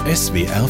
SWR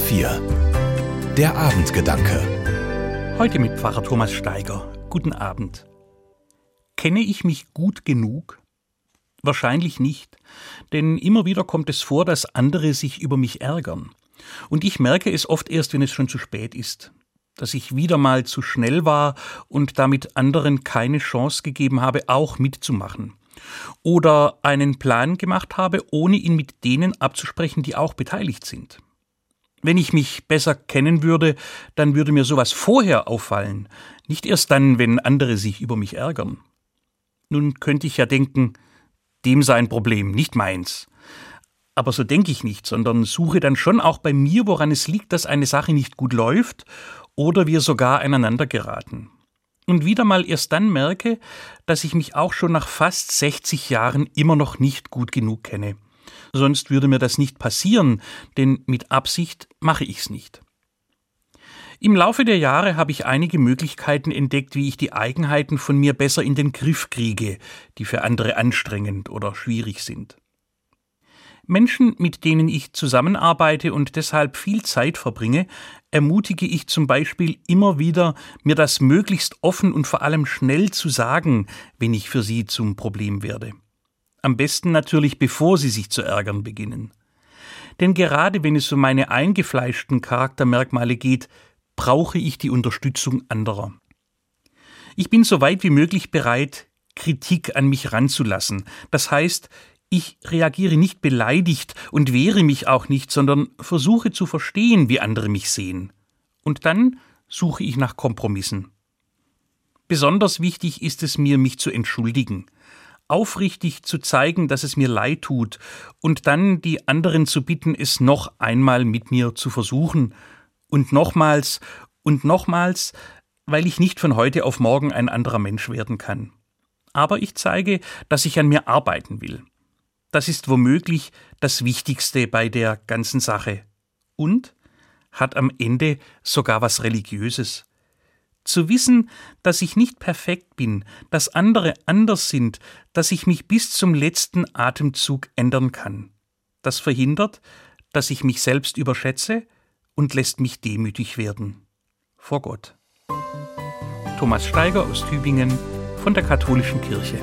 4 Der Abendgedanke. Heute mit Pfarrer Thomas Steiger. Guten Abend. Kenne ich mich gut genug? Wahrscheinlich nicht, denn immer wieder kommt es vor, dass andere sich über mich ärgern. Und ich merke es oft erst, wenn es schon zu spät ist. Dass ich wieder mal zu schnell war und damit anderen keine Chance gegeben habe, auch mitzumachen. Oder einen Plan gemacht habe, ohne ihn mit denen abzusprechen, die auch beteiligt sind. Wenn ich mich besser kennen würde, dann würde mir sowas vorher auffallen, nicht erst dann, wenn andere sich über mich ärgern. Nun könnte ich ja denken, dem sei ein Problem, nicht meins. Aber so denke ich nicht, sondern suche dann schon auch bei mir, woran es liegt, dass eine Sache nicht gut läuft oder wir sogar aneinander geraten. Und wieder mal erst dann merke, dass ich mich auch schon nach fast 60 Jahren immer noch nicht gut genug kenne. Sonst würde mir das nicht passieren, denn mit Absicht mache ich's nicht. Im Laufe der Jahre habe ich einige Möglichkeiten entdeckt, wie ich die Eigenheiten von mir besser in den Griff kriege, die für andere anstrengend oder schwierig sind. Menschen, mit denen ich zusammenarbeite und deshalb viel Zeit verbringe, ermutige ich zum Beispiel immer wieder, mir das möglichst offen und vor allem schnell zu sagen, wenn ich für sie zum Problem werde. Am besten natürlich, bevor sie sich zu ärgern beginnen. Denn gerade wenn es um meine eingefleischten Charaktermerkmale geht, brauche ich die Unterstützung anderer. Ich bin so weit wie möglich bereit, Kritik an mich ranzulassen. Das heißt, ich reagiere nicht beleidigt und wehre mich auch nicht, sondern versuche zu verstehen, wie andere mich sehen. Und dann suche ich nach Kompromissen. Besonders wichtig ist es mir, mich zu entschuldigen, aufrichtig zu zeigen, dass es mir leid tut und dann die anderen zu bitten, es noch einmal mit mir zu versuchen und nochmals, weil ich nicht von heute auf morgen ein anderer Mensch werden kann. Aber ich zeige, dass ich an mir arbeiten will. Das ist womöglich das Wichtigste bei der ganzen Sache. Und hat am Ende sogar was Religiöses. Zu wissen, dass ich nicht perfekt bin, dass andere anders sind, dass ich mich bis zum letzten Atemzug ändern kann. Das verhindert, dass ich mich selbst überschätze und lässt mich demütig werden. Vor Gott. Thomas Steiger aus Tübingen von der Katholischen Kirche.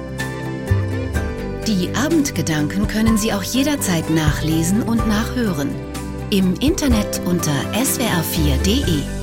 Die Abendgedanken können Sie auch jederzeit nachlesen und nachhören. Im Internet unter swr4.de.